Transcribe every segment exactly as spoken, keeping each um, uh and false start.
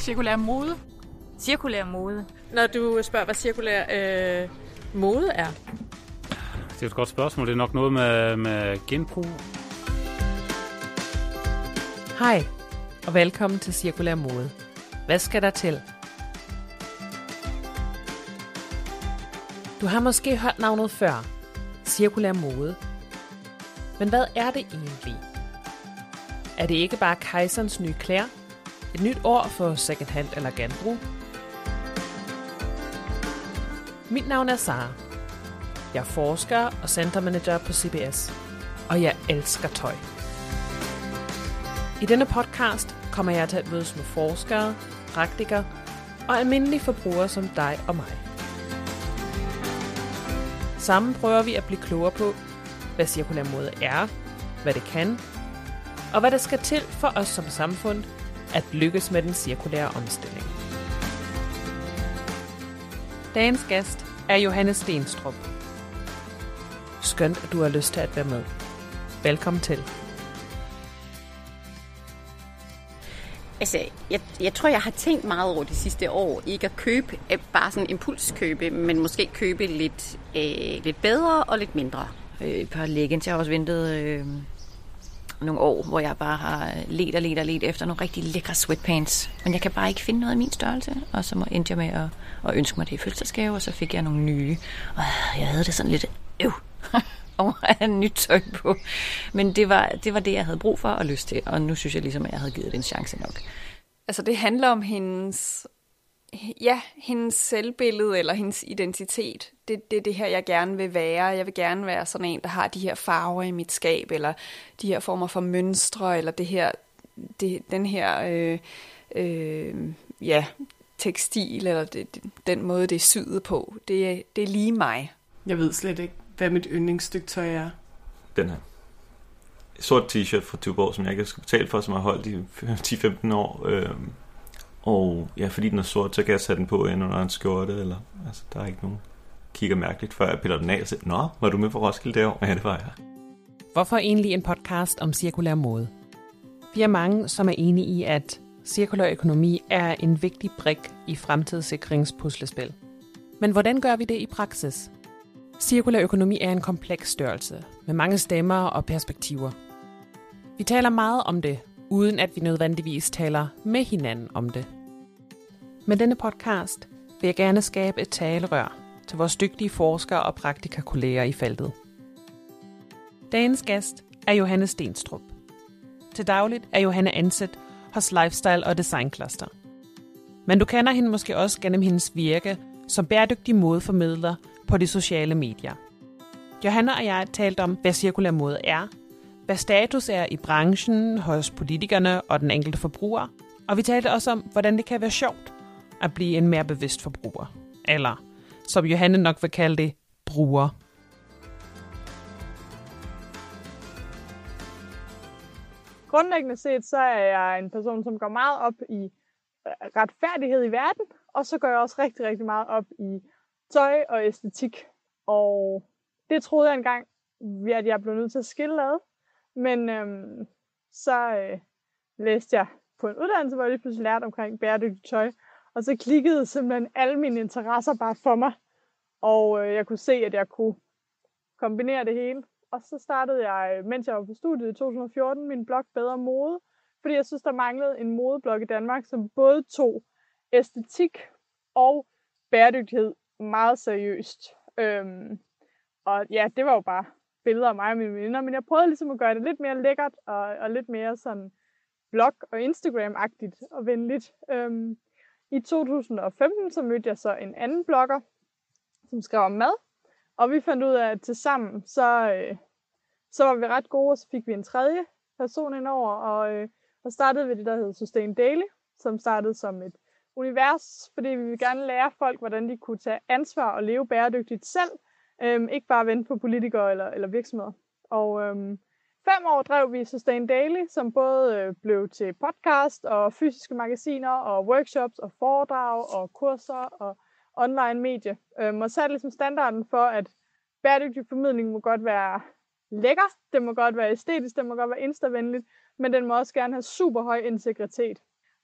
cirkulær mode. Cirkulær mode. Når du spørger, hvad cirkulær øh, mode er? Det er et godt spørgsmål. Det er nok noget med, med genbrug. Hej, og velkommen til Cirkulær Mode. Hvad skal der til? Du har måske hørt navnet før. Cirkulær mode. Men hvad er det egentlig? Er det ikke bare kejserens nye klæder? Et nyt ord for secondhand eller genbrug? Mit navn er Sara. Jeg er forsker og centermanager på C B S. Og jeg elsker tøj. I denne podcast kommer jeg til at mødes med forskere, praktikere og almindelige forbrugere som dig og mig. Sammen prøver vi at blive klogere på, hvad cirkulær mode er, hvad det kan, og hvad der skal til for os som samfund at lykkes med den cirkulære omstilling. Dagens gæst er Johanne Stenstrup. Skønt, at du har lyst til at være med. Velkommen til. Altså, jeg, jeg tror, jeg har tænkt meget over de sidste år, ikke at købe, bare sådan impulskøbe, men måske købe lidt, øh, lidt bedre og lidt mindre. Øh, et par leggings. Jeg har også ventet øh, nogle år, hvor jeg bare har let og let og let efter nogle rigtig lækre sweatpants. Men jeg kan bare ikke finde noget af min størrelse, og så endte jeg med at, at ønske mig det i fødselsdagsgave, og så fik jeg nogle nye. Og jeg havde det sådan lidt øv over at have nyt tøj på. Men det var, det var det, jeg havde brug for og lyst til, og nu synes jeg ligesom, at jeg havde givet det en chance nok. Altså det handler om hendes, ja, hendes selvbillede eller hendes identitet. Det, det er det her, jeg gerne vil være. Jeg vil gerne være sådan en, der har de her farver i mit skab, eller de her former for mønstre, eller det her, det, den her, øh, øh, ja, tekstil, eller det, det, den måde, det er syet på. Det, det er lige mig. Jeg ved slet ikke, hvad mit yndlingsstykke tøj er. Den her sort t-shirt fra Tuborg, som jeg ikke skal betale for, som har holdt i ti til femten år. Øhm, og ja, fordi den er sort, så kan jeg sætte den på ind under en skjorte, eller altså, der er ikke nogen kigger mærkeligt, før jeg piller den af og siger, nå, var du med på Roskilde derovre? Ja, det var jeg. Hvorfor egentlig en podcast om cirkulær mode? Vi er mange, som er enige i, at cirkulær økonomi er en vigtig brik i fremtidssikringspuslespil. Men hvordan gør vi det i praksis? Cirkulær økonomi er en kompleks størrelse, med mange stemmer og perspektiver. Vi taler meget om det, uden at vi nødvendigvis taler med hinanden om det. Med denne podcast vil jeg gerne skabe et talerør til vores dygtige forskere og praktikerkolleger i feltet. Dagens gæst er Johanne Stenstrup. Til dagligt er Johanne ansat hos Lifestyle og Design Cluster. Men du kender hende måske også gennem hendes virke som bæredygtig modeformidler på de sociale medier. Johanne og jeg har talt om, hvad cirkulær mode er, hvad status er i branchen, hos politikerne og den enkelte forbruger, og vi talte også om, hvordan det kan være sjovt at blive en mere bevidst forbruger. Eller, som Johanne nok vil kalde det, bruger. Grundlæggende set, så er jeg en person, som går meget op i retfærdighed i verden, og så går jeg også rigtig, rigtig meget op i tøj og æstetik. Og det troede jeg engang, at jeg blev nødt til at skille ad. Men øhm, så øh, læste jeg på en uddannelse, hvor jeg lige pludselig lærte omkring bæredygtigt tøj. Og så klikkede simpelthen alle mine interesser bare for mig. Og øh, jeg kunne se, at jeg kunne kombinere det hele. Og så startede jeg, mens jeg var på studiet i to tusind og fjorten, min blog Bedre Mode. Fordi jeg synes, der manglede en modeblog i Danmark, som både tog æstetik og bæredygtighed meget seriøst. Øhm, og ja, det var jo bare billeder af mig og mine veninder, men jeg prøvede ligesom at gøre det lidt mere lækkert og, og lidt mere sådan blog- og Instagram-agtigt og venligt. Øhm, I to tusind og femten så mødte jeg så en anden blogger, som skrev om mad, og vi fandt ud af, at tilsammen så, øh, så var vi ret gode, og så fik vi en tredje person indover, og, øh, og startede vi det, der hed Sustain Daily, som startede som et univers, fordi vi vil gerne lære folk, hvordan de kunne tage ansvar og leve bæredygtigt selv, øhm, ikke bare vente på politikere eller, eller virksomheder. Og øhm, fem år drev vi Sustain Daily, som både øh, blev til podcast og fysiske magasiner og workshops og foredrag og kurser og online medie. Øhm, og satte ligesom standarden for, at bæredygtig formidling må godt være lækker, det må godt være æstetisk, det må godt være instavenligt, men den må også gerne have super høj integritet.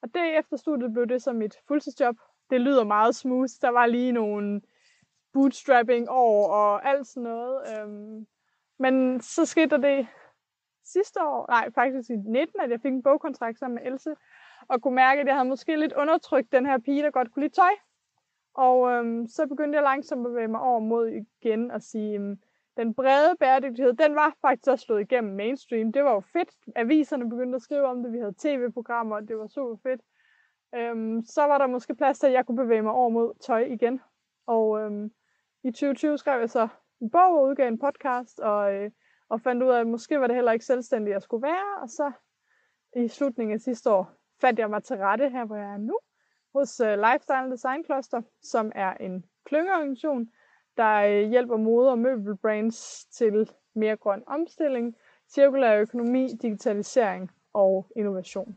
Og det efter studiet blev det som mit fuldtidsjob. Det lyder meget smooth. Der var lige nogle bootstrapping år og alt sådan noget. Øhm, men så skete der det sidste år, nej faktisk i nitten, at jeg fik en bogkontrakt sammen med Else, og kunne mærke, at jeg havde måske lidt undertrykt den her pige, der godt kunne lide tøj. Og øhm, så begyndte jeg langsomt at bevæge mig over mod igen og sige, øhm, den brede bæredygtighed, den var faktisk også slået igennem mainstream. Det var jo fedt. Aviserne begyndte at skrive om det, vi havde tv-programmer, og det var super fedt. Øhm, så var der måske plads til, at jeg kunne bevæge mig over mod tøj igen. Og øhm, i tyve tyve skrev jeg så en bog og udgav en podcast, og, øh, og fandt ud af, at måske var det heller ikke selvstændig, jeg skulle være. Og så i slutningen af sidste år fandt jeg mig til rette her, hvor jeg er nu, hos uh, Lifestyle Design Cluster, som er en klyngeorganisation, der øh, hjælper mode- og møbelbrands til mere grøn omstilling, cirkulær økonomi, digitalisering og innovation.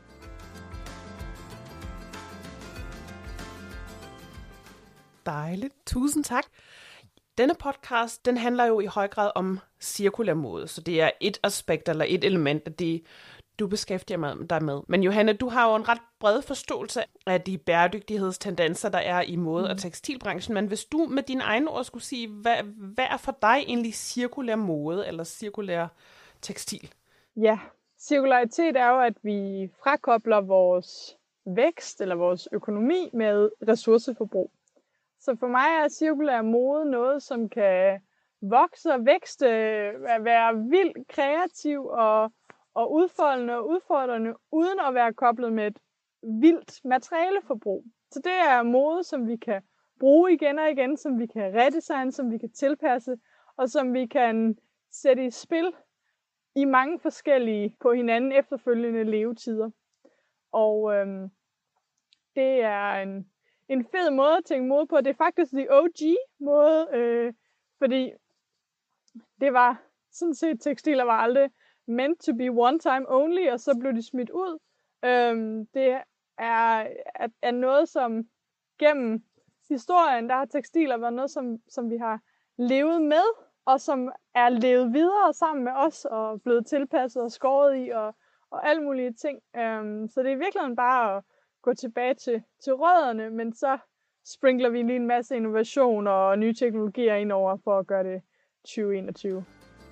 Dejligt. Tusind tak. Denne podcast, den handler jo i høj grad om cirkulær mode, så det er et aspekt eller et element af det, du beskæftiger dig med. Men Johanne, du har jo en ret bred forståelse af de bæredygtighedstendenser, der er i mode- og tekstilbranchen, men hvis du med dine egne ord skulle sige, hvad, hvad er for dig egentlig cirkulær mode eller cirkulær tekstil? Ja, cirkularitet er jo, at vi frakobler vores vækst eller vores økonomi med ressourceforbrug. Så for mig er cirkulær mode noget, som kan vokse og vækste, være vildt kreativ og, og udfoldende og udfordrende, uden at være koblet med et vildt materialeforbrug. Så det er mode, som vi kan bruge igen og igen, som vi kan redesigne, som vi kan tilpasse, og som vi kan sætte i spil i mange forskellige på hinanden efterfølgende levetider. Og øhm, det er en En fed måde at tænke mode på. Det er faktisk the O G-måde, øh, fordi det var sådan set, tekstiler var aldrig meant to be one time only, og så blev de smidt ud. Øhm, det er, er, er noget, som gennem historien, der har tekstiler været noget, som, som vi har levet med, og som er levet videre sammen med os, og blevet tilpasset og skåret i, og, og alle mulige ting. Øhm, så det er virkelig bare at gå tilbage til, til rødderne, men så sprinkler vi lige en masse innovation og nye teknologier ind over for at gøre det tyve enogtyve.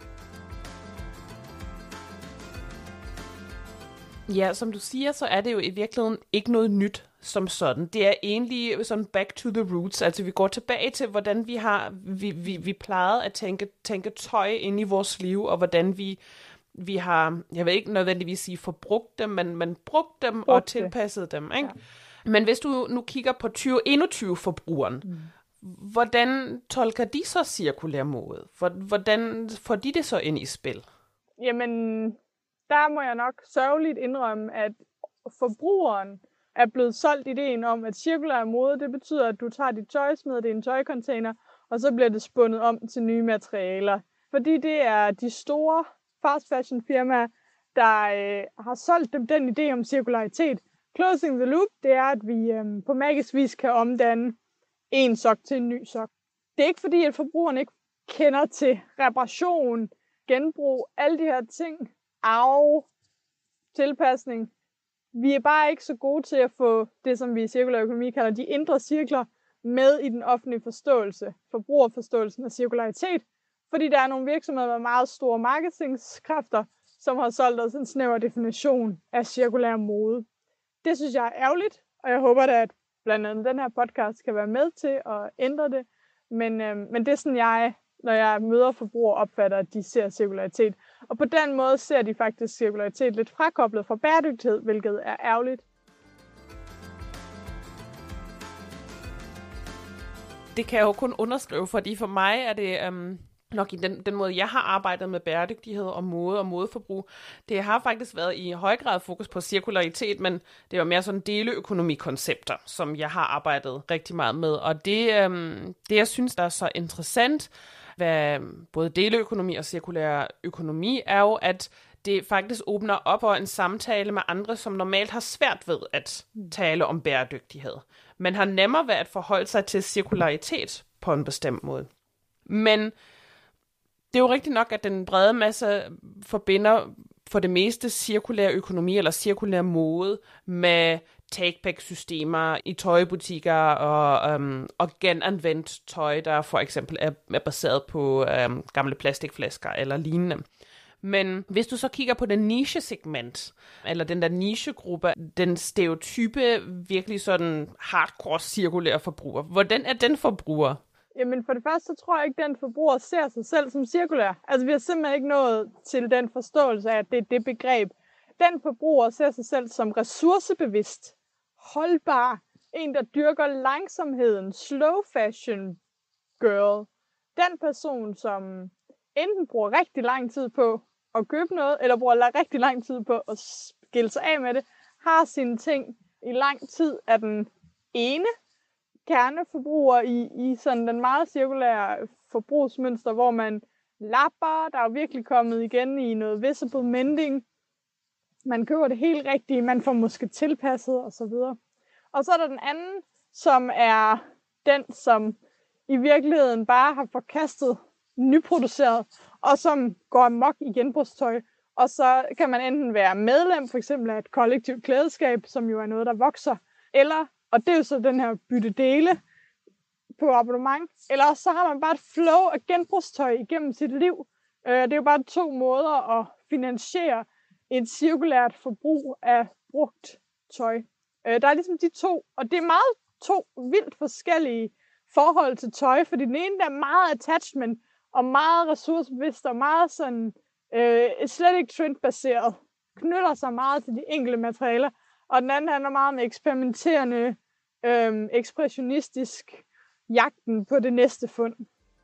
Ja, som du siger, så er det jo i virkeligheden ikke noget nyt som sådan. Det er egentlig sådan back to the roots, altså vi går tilbage til, hvordan vi har vi, vi, vi plejede at tænke, tænke tøj ind i vores liv, og hvordan vi vi har, jeg vil ikke nødvendigvis sige forbrugt dem, men, men brugt dem Brugt og tilpasset dem. Ikke? Ja. Men hvis du nu kigger på tyve enogtyve-forbrugeren, mm. hvordan tolker de så cirkulær mode? Hvordan får de det så ind i spil? Jamen, der må jeg nok sørgeligt indrømme, at forbrugeren er blevet solgt ideen om, at cirkulær mode, det betyder, at du tager dit tøj, smider det i en tøjcontainer, og så bliver det spundet om til nye materialer. Fordi det er de store fast fashion firmaer, der øh, har solgt dem den idé om cirkularitet. Closing the loop, det er, at vi øh, på magisk vis kan omdanne en sok til en ny sok. Det er ikke fordi, at forbrugeren ikke kender til reparation, genbrug, alle de her ting, arv, tilpasning. Vi er bare ikke så gode til at få det, som vi i cirkulær økonomi kalder de indre cirkler, med i den offentlige forståelse, forbrugerforståelsen af cirkularitet. Fordi der er nogle virksomheder med meget store marketingskræfter, som har solgt os en snæver definition af cirkulær mode. Det synes jeg er ærgerligt, og jeg håber da, at blandt andet den her podcast kan være med til at ændre det. Men, øh, men det er sådan, jeg, når jeg møder forbrugere, opfatter, at de ser cirkularitet. Og på den måde ser de faktisk cirkularitet lidt frakoblet fra bæredygtighed, hvilket er ærgerligt. Det kan jeg jo kun underskrive, fordi for mig er det øhm, nok i den, den måde, jeg har arbejdet med bæredygtighed og mode og modeforbrug. Det har faktisk været i høj grad fokus på cirkularitet, men det var mere sådan deleøkonomikoncepter, som jeg har arbejdet rigtig meget med. Og det, øhm, det jeg synes, der er så interessant ved både deleøkonomi og cirkulær økonomi, er jo, at det faktisk åbner op for en samtale med andre, som normalt har svært ved at tale om bæredygtighed, men har nemmere ved at forholde sig til cirkularitet på en bestemt måde. Men det er jo rigtigt nok, at den brede masse forbinder for det meste cirkulær økonomi eller cirkulær mode med take-back-systemer i tøjbutikker og, um, og genanvendt tøj, der for eksempel er, er baseret på um, gamle plastikflasker eller lignende. Men hvis du så kigger på den niche-segment, eller den der nichegruppe, den stereotype, virkelig sådan hardcore cirkulære forbruger, hvordan er den forbruger? Jamen for det første, så tror jeg ikke, at den forbruger ser sig selv som cirkulær. Altså vi har simpelthen ikke nået til den forståelse af, at det er det begreb. Den forbruger ser sig selv som ressourcebevidst, holdbar, en der dyrker langsomheden, slow fashion girl. Den person, som enten bruger rigtig lang tid på at købe noget, eller bruger rigtig lang tid på at skille sig af med det, har sine ting i lang tid af den ene kerneforbruger i, i sådan den meget cirkulære forbrugsmønster, hvor man lapper, der er virkelig kommet igen i noget visible mending. Man køber det helt rigtige, man får måske tilpasset osv. Og så er der den anden, som er den, som i virkeligheden bare har forkastet nyproduceret, og som går amok i genbrugstøj. Og så kan man enten være medlem, for eksempel af et kollektivt klædeskab, som jo er noget, der vokser, eller, og det er jo så den her bytte dele på abonnement, eller også så har man bare et flow af genbrugstøj igennem sit liv. Det er jo bare to måder at finansiere et cirkulært forbrug af brugt tøj. Der er ligesom de to, og det er meget to vildt forskellige forhold til tøj, fordi den ene der er meget attachment, og meget ressourcebevidst, og meget sådan øh, slet ikke trendbaseret, knytter sig meget til de enkelte materialer, og den anden handler meget om eksperimenterende, øh, ekspressionistisk jagten på det næste fund.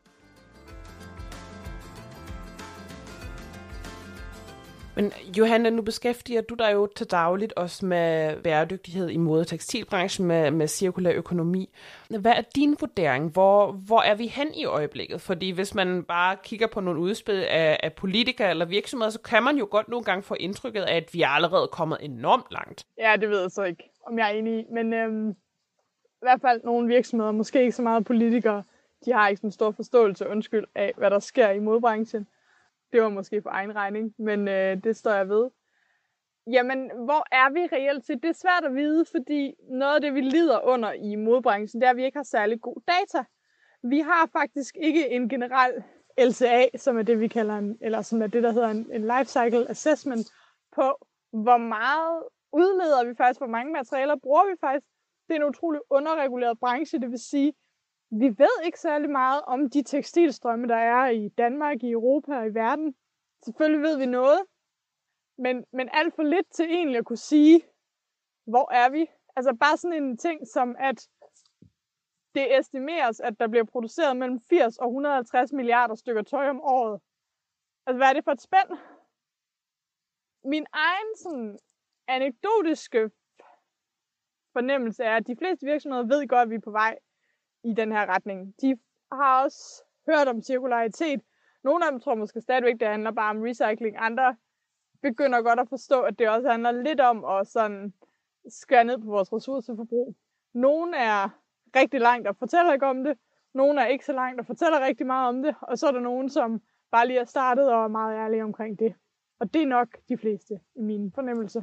Men Johanne, nu beskæftiger du dig jo til dagligt også med bæredygtighed i mode- og tekstilbranchen, med, med cirkulær økonomi. Hvad er din vurdering? Hvor, hvor er vi hen i øjeblikket? Fordi hvis man bare kigger på nogle udspil af, af politikere eller virksomheder, så kan man jo godt nogle gange få indtrykket af, at vi er allerede kommet enormt langt. Ja, det ved jeg så ikke, om jeg er enig i. Men øhm, i hvert fald nogle virksomheder, måske ikke så meget politikere, de har ikke så stor forståelse og undskyld af, hvad der sker i modebranchen. Det var måske på egen regning, men øh, det står jeg ved. Jamen, hvor er vi reelt set? Det er svært at vide, fordi noget af det, vi lider under i modebranchen, det er, at vi ikke har særlig god data. Vi har faktisk ikke en generel L C A, som er det, vi kalder en, eller som er det, der hedder en, en life cycle assessment, på hvor meget udleder vi faktisk, hvor mange materialer bruger vi faktisk. Det er en utrolig underreguleret branche, det vil sige, vi ved ikke særlig meget om de tekstilstrømme, der er i Danmark, i Europa og i verden. Selvfølgelig ved vi noget, men, men alt for lidt til egentlig at kunne sige, hvor er vi? Altså bare sådan en ting som, at det estimeres, at der bliver produceret mellem firs og et hundrede og halvtreds milliarder stykker tøj om året. Altså hvad er det for et spænd? Min egen sådan anekdotiske fornemmelse er, at de fleste virksomheder ved godt, at vi er på vej i den her retning. De har også hørt om cirkularitet. Nogle af dem tror måske stadigvæk, det handler bare om recycling. Andre begynder godt at forstå, at det også handler lidt om at sådan skære ned på vores ressourceforbrug. Nogle er rigtig langt og fortæller ikke om det. Nogle er ikke så langt og fortæller rigtig meget om det. Og så er der nogen, som bare lige har startet og er meget ærlige omkring det. Og det er nok de fleste i min fornemmelse.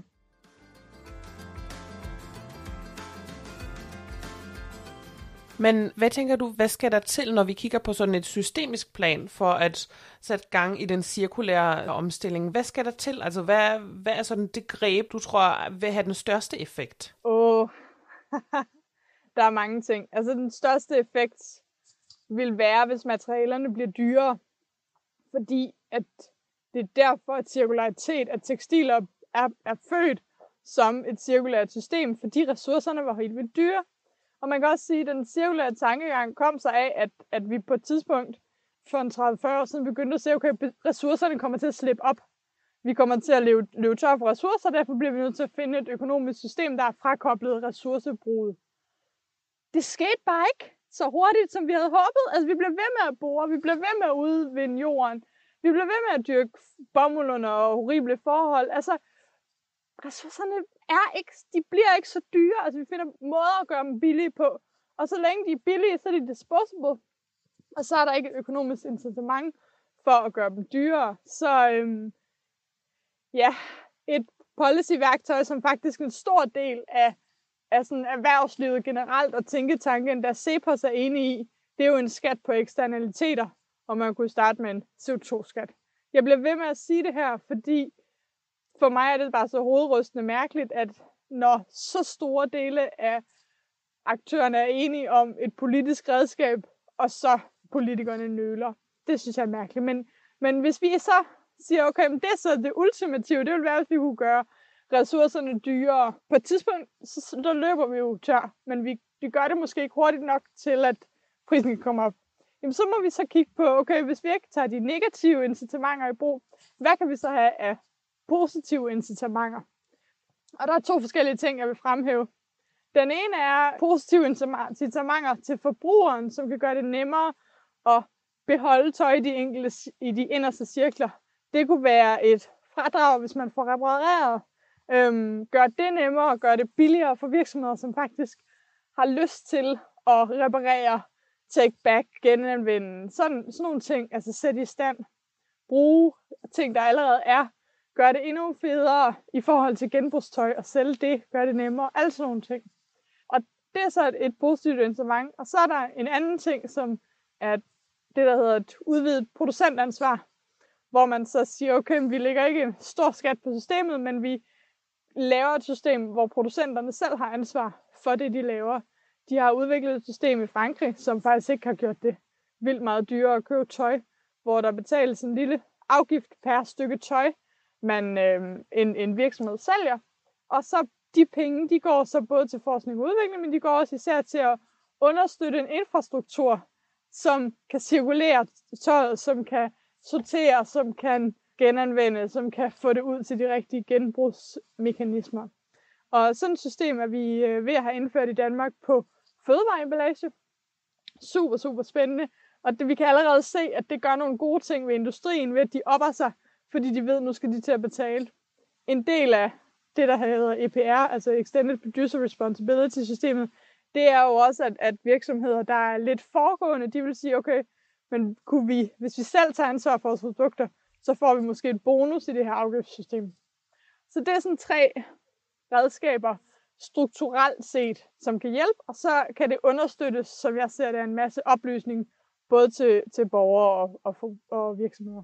Men hvad tænker du, hvad skal der til, når vi kigger på sådan et systemisk plan for at sætte gang i den cirkulære omstilling? Hvad skal der til? Altså, hvad, hvad er sådan det greb, du tror vil have den største effekt? Åh, oh. Der er mange ting. Altså, den største effekt vil være, hvis materialerne bliver dyrere. Fordi at det er derfor, at cirkularitet af tekstiler er, er født som et cirkulært system, fordi ressourcerne var helt vildt dyre. Og man kan også sige, at den cirkulære tankegang kom sig af, at, at vi på et tidspunkt for en tredive til fyrre år siden begyndte at se, okay, ressourcerne kommer til at slippe op. Vi kommer til at leve, leve tør for ressourcer, og derfor bliver vi nødt til at finde et økonomisk system, der er frakoblet ressourcebruget. Det skete bare ikke så hurtigt, som vi havde håbet. Altså, vi blev ved med at bore, vi blev ved med at udvinde jorden, vi blev ved med at dyrke bomuld under horrible forhold. Altså, ressourcerne er ikke, de bliver ikke så dyre. Altså, vi finder måder at gøre dem billige på. Og så længe de er billige, så er de disposable. Og så er der ikke et økonomisk incitament for at gøre dem dyrere. Så øhm, ja, et policy-værktøj, som faktisk en stor del af, af sådan erhvervslivet generelt og tænketanken, der CEPOS er enige i, det er jo en skat på eksternaliteter, og man kunne starte med en C O to skat. Jeg bliver ved med at sige det her, fordi for mig er det bare så hovedrystende mærkeligt, at når så store dele af aktørerne er enige om et politisk redskab, og så politikerne nøler. Det synes jeg er mærkeligt. Men, men hvis vi så siger, okay, men det er så det ultimative, det vil være, hvis vi kunne gøre ressourcerne dyrere. På et tidspunkt, så, så der løber vi jo tør, men vi, vi gør det måske ikke hurtigt nok til, at prisen kan komme op. Jamen, så må vi så kigge på, okay, hvis vi ikke tager de negative incitamenter i brug, hvad kan vi så have af positive incitamenter? Og der er to forskellige ting, jeg vil fremhæve. Den ene er positive incitamenter til forbrugeren, som kan gøre det nemmere at beholde tøj i de, enkelte, i de inderste cirkler. Det kunne være et fradrag, hvis man får repareret. Øhm, gør det nemmere og gør det billigere for virksomheder, som faktisk har lyst til at reparere, take back, genanvende. Sådan, sådan nogle ting, altså sætte i stand. Bruge ting, der allerede er. Gør det endnu federe i forhold til genbrugstøj og sælge det. Gør det nemmere. Alle sådan nogle ting. Og det er så et, et positivt incitament. Og så er der en anden ting, som er det, der hedder et udvidet producentansvar. Hvor man så siger, okay, vi lægger ikke en stor skat på systemet, men vi laver et system, hvor producenterne selv har ansvar for det, de laver. De har udviklet et system i Frankrig, som faktisk ikke har gjort det vildt meget dyrere at købe tøj, hvor der betales en lille afgift per stykke tøj, man øh, en, en virksomhed sælger. Og så de penge, de går så både til forskning og udvikling, men de går også især til at understøtte en infrastruktur, som kan cirkulere tøjet, som kan sortere, som kan genanvende, som kan få det ud til de rigtige genbrugsmekanismer. Og sådan et system er vi ved at have indført i Danmark på fødevareemballage. Super, super spændende. Og det, vi kan allerede se, at det gør nogle gode ting ved industrien, ved at de opper sig, fordi de ved, at nu skal de til at betale. En del af det, der hedder E P R, altså Extended Producer Responsibility-systemet, det er jo også, at, at virksomheder, der er lidt foregående, de vil sige, okay, men kunne vi, hvis vi selv tager ansvar for vores produkter, så får vi måske et bonus i det her afgiftssystem. Så det er sådan tre redskaber, strukturelt set, som kan hjælpe, og så kan det understøttes, som jeg ser det, en masse oplysning, både til, til borgere og, og, og virksomheder.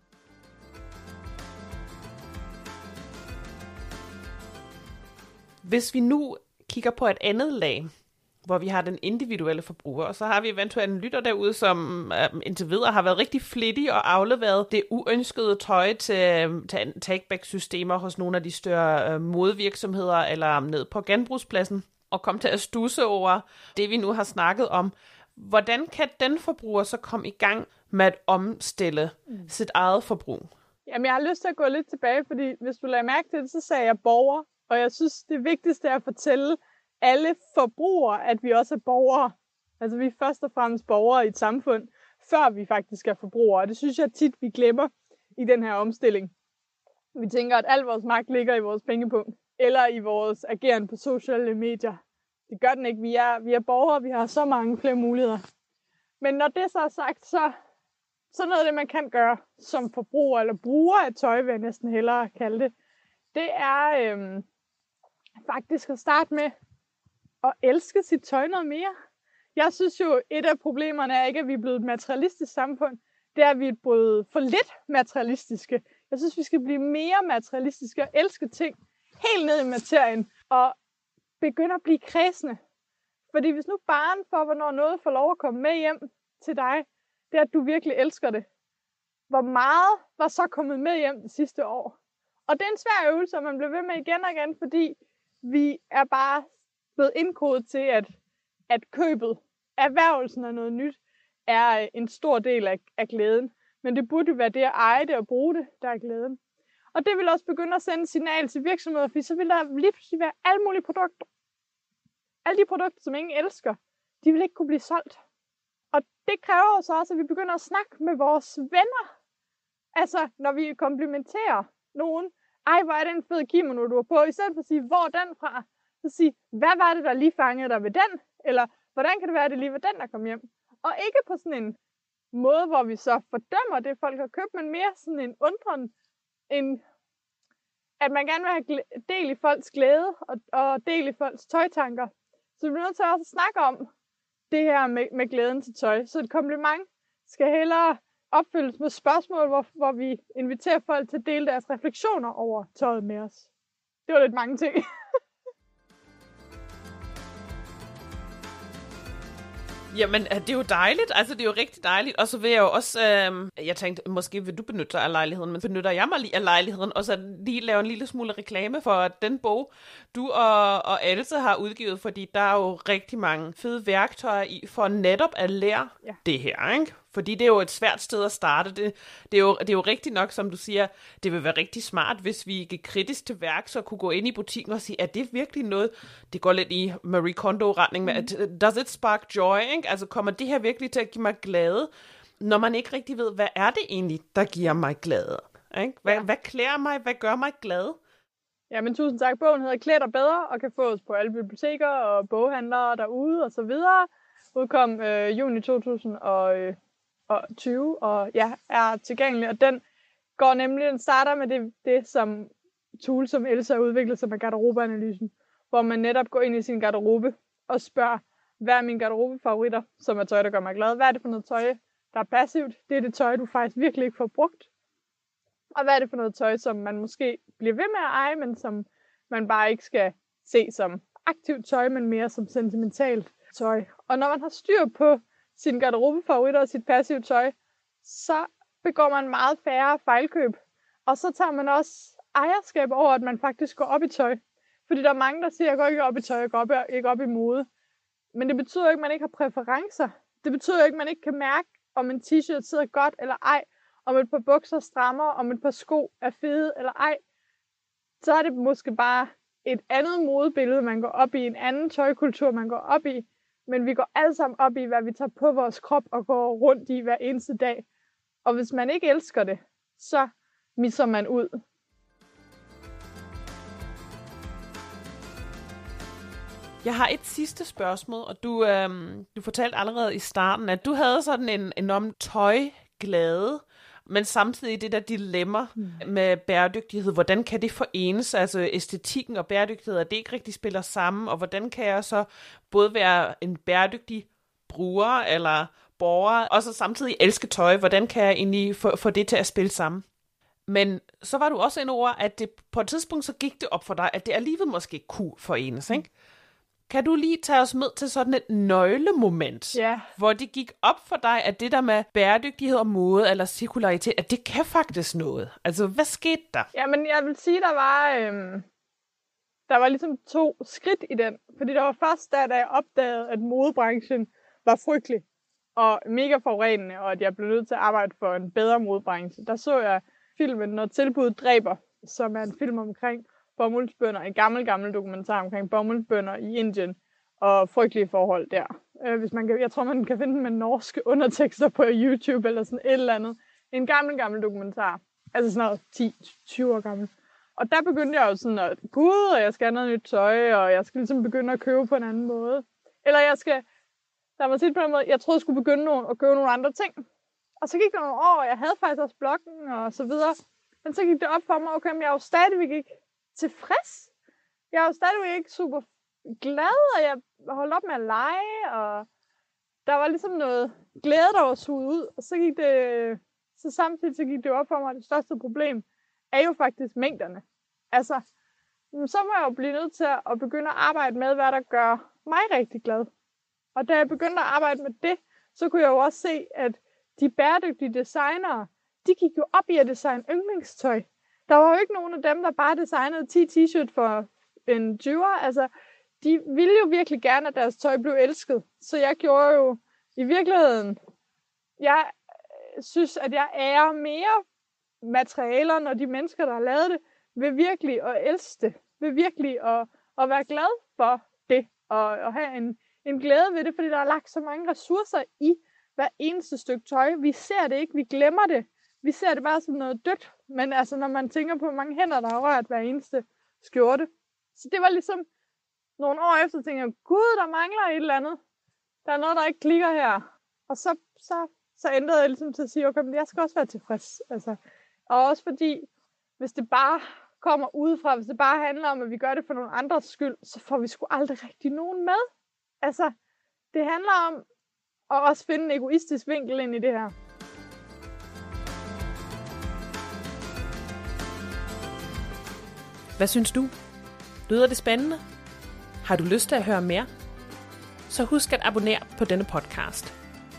Hvis vi nu kigger på et andet lag, hvor vi har den individuelle forbruger, og så har vi eventuelt en lytter derude, som øh, indtil videre har været rigtig flittig og afleveret det uønskede tøj til, til take-back-systemer hos nogle af de større øh, modevirksomheder eller ned på genbrugspladsen, og kom til at studse over det, vi nu har snakket om. Hvordan kan den forbruger så komme i gang med at omstille mm. sit eget forbrug? Jamen, jeg har lyst til at gå lidt tilbage, fordi hvis du lader mærke til det, så sagde jeg borger, og jeg synes, det vigtigste er at fortælle alle forbrugere, at vi også er borgere. Altså, vi er først og fremmest borgere i et samfund, før vi faktisk er forbrugere. Og det synes jeg tit, vi glemmer i den her omstilling. Vi tænker, at al vores magt ligger i vores pengepunkt, eller i vores ageren på sociale medier. Det gør den ikke. Vi er, vi er borgere, vi har så mange flere muligheder. Men når det så er sagt, så, så noget af det, man kan gøre som forbruger, eller bruger af tøj, vil jeg næsten hellere kalde det, det er øhm, faktisk at starte med at elske sit tøj noget mere. Jeg synes jo, et af problemerne er ikke, at vi er blevet et materialistisk samfund. Det er, at vi er blevet for lidt materialistiske. Jeg synes, vi skal blive mere materialistiske og elske ting helt ned i materien. Og begynde at blive kredsende. Fordi hvis nu barn for, hvornår noget får lov at komme med hjem til dig, det er, at du virkelig elsker det. Hvor meget var så kommet med hjem det sidste år? Og det er en svær øvelse, og man bliver ved med igen og igen, fordi vi er bare blevet indkodet til, at, at købet, erhvervelsen af noget nyt, er en stor del af, af glæden. Men det burde jo være det at eje det og bruge det, der er glæden. Og det vil også begynde at sende signal til virksomheder, for så vil der lige pludselig være alle mulige produkter. Alle de produkter, som ingen elsker, de vil ikke kunne blive solgt. Og det kræver så også, at vi begynder at snakke med vores venner. Altså, når vi komplimenterer nogen. Ej, hvor er det en fed kimono, du har på. I stedet for at sige, hvor er den fra? Så sige, hvad var det, der lige fangede dig ved den? Eller, hvordan kan det være, at det lige var den, der kom hjem? Og ikke på sådan en måde, hvor vi så fordømmer det, folk har købt, men mere sådan en undren. En, at man gerne vil have glæ- del i folks glæde og, og del i folks tøjtanker. Så vi bliver nødt til også at snakke om det her med, med glæden til tøj. Så et kompliment skal hellere opfyldes med spørgsmål, hvor, hvor vi inviterer folk til at dele deres refleksioner over tøjet med os. Det var lidt mange ting. Jamen, det er jo dejligt. Altså, det er jo rigtig dejligt. Og så vil jeg jo også... Øh, jeg tænkte, måske vil du benytte dig af lejligheden, men benytter jeg mig lige af lejligheden, og så lige lave en lille smule reklame for den bog, du og, og Else har udgivet, fordi der er jo rigtig mange fede værktøjer i, for netop at lære ja. det her, ikke? Fordi det er jo et svært sted at starte. Det, det, er jo, det er jo rigtigt nok, som du siger, det vil være rigtig smart, hvis vi gik kritisk til værk, så kunne gå ind i butikken og sige, er det virkelig noget, det går lidt i Marie Kondo-retning med, mm. does it spark joy, ikke? Altså kommer det her virkelig til at give mig glæde, når man ikke rigtig ved, hvad er det egentlig, der giver mig glæde? Ikke? Hvad, ja. hvad klæder mig, hvad gør mig glad? Ja, men tusind tak. Bogen hedder Klæd dig bedre, og kan fås på alle biblioteker og boghandlere derude og så videre. Udkom øh, juni to tusind og tyve, og ja, er tilgængelig, og den går nemlig, den starter med det, det som tool, som Else har udviklet sig med garderobeanalysen, hvor man netop går ind i sin garderobe og spørger, hvad er mine garderobefavoritter, som er tøj, der gør mig glad? Hvad er det for noget tøj, der er passivt? Det er det tøj, du faktisk virkelig ikke får brugt. Og hvad er det for noget tøj, som man måske bliver ved med at eje, men som man bare ikke skal se som aktivt tøj, men mere som sentimentalt tøj. Og når man har styr på sine garderobefavoritter og sit passive tøj, så begår man meget færre fejlkøb. Og så tager man også ejerskab over, at man faktisk går op i tøj. Fordi der er mange, der siger, jeg går ikke op i tøj, jeg går op i, ikke op i mode. Men det betyder ikke, at man ikke har præferencer. Det betyder ikke, at man ikke kan mærke, om en t-shirt sidder godt eller ej, om et par bukser strammer, om et par sko er fede eller ej. Så er det måske bare et andet modebillede, man går op i, en anden tøjkultur, man går op i. Men vi går alle sammen op i, hvad vi tager på vores krop og går rundt i hver eneste dag. Og hvis man ikke elsker det, så misser man ud. Jeg har et sidste spørgsmål, og du, øhm, du fortalte allerede i starten, at du havde sådan en enorm tøjglæde, men samtidig det der dilemma mm. med bæredygtighed. Hvordan kan det forenes? Altså æstetikken og bæredygtighed, at det ikke rigtig spiller sammen, og hvordan kan jeg så både være en bæredygtig bruger eller borger, og så samtidig elske tøj? Hvordan kan jeg egentlig få, få det til at spille sammen? Men så var du også inde over, at det, på et tidspunkt så gik det op for dig, at det alligevel måske kunne forenes, ikke? Kan du lige tage os med til sådan et nøglemoment, ja. hvor det gik op for dig, at det der med bæredygtighed og mode eller cirkularitet, at det kan faktisk noget? Altså, hvad skete der? Jamen, jeg vil sige, der var, øhm, der var ligesom to skridt i den. Fordi der var først, da, da jeg opdagede, at modebranchen var frygtelig og mega forurenende, og at jeg blev nødt til at arbejde for en bedre modebranche. Der så jeg filmen Når tilbud dræber, som er en film omkring bomuldsbønder, en gammel, gammel dokumentar omkring bomuldsbønder i Indien og frygtelige forhold der. Øh, hvis man kan, jeg tror, man kan finde den med norske undertekster på YouTube eller sådan et eller andet. En gammel, gammel dokumentar. Altså sådan noget ti til tyve år gammel. Og der begyndte jeg jo sådan at, gud, og jeg skal have noget nyt tøj, og jeg skal ligesom begynde at købe på en anden måde. Eller jeg skal, lad mig sige det på en måde, jeg troede, jeg skulle begynde at købe nogle andre ting. Og så gik der nogle år, og jeg havde faktisk også bloggen og så videre. Men så gik det op for mig, okay, men jeg er jo stadigvæk ikke tilfreds. Jeg er jo stadigvæk ikke super glad, og jeg holdt op med at lege, og der var ligesom noget glæde, der var suget ud. Og så gik det, så samtidig så gik det op for mig, at det største problem er jo faktisk mængderne. Altså, så må jeg jo blive nødt til at begynde at arbejde med, hvad der gør mig rigtig glad. Og da jeg begyndte at arbejde med det, så kunne jeg jo også se, at de bæredygtige designere, de gik jo op i at designe yndlingstøj. Der var jo ikke nogen af dem, der bare designede ti t-shirt for en tyver. Altså, de ville jo virkelig gerne, at deres tøj blev elsket. Så jeg gjorde jo i virkeligheden, jeg synes, at jeg ærer mere materialer, når de mennesker, der har lavet det, vil virkelig at elske det. Vil virkelig at, at være glad for det. Og at have en, en glæde ved det, fordi der er lagt så mange ressourcer i hver eneste stykke tøj. Vi ser det ikke, vi glemmer det. Vi ser det bare som noget dødt. Men altså, når man tænker på, hvor mange hænder, der har rørt hver eneste skjorte. Så det var ligesom nogle år efter, tænkte jeg, gud, der mangler et eller andet. Der er noget, der ikke klikker her. Og så, så, så ændrede jeg ligesom til at sige, okay, men jeg skal også være tilfreds. Altså, og også fordi, hvis det bare kommer udefra, hvis det bare handler om, at vi gør det for nogle andres skyld, så får vi sgu aldrig rigtig nogen med. Altså, det handler om at også finde en egoistisk vinkel ind i det her. Hvad synes du? Lyder det spændende? Har du lyst til at høre mere? Så husk at abonnere på denne podcast.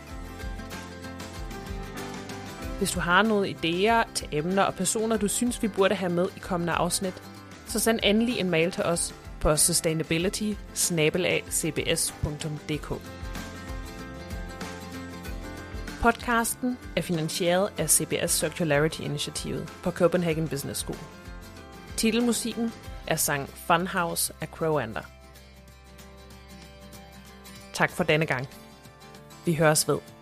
Hvis du har nogle idéer til emner og personer, du synes, vi burde have med i kommende afsnit, så send endelig en mail til os på sustainability bindestreg c b s punktum d k. Podcasten er finansieret af C B S Circularity-initiativet på Copenhagen Business School. Titelmusikken er sang Funhouse af Crowander. Tak for denne gang. Vi høres ved.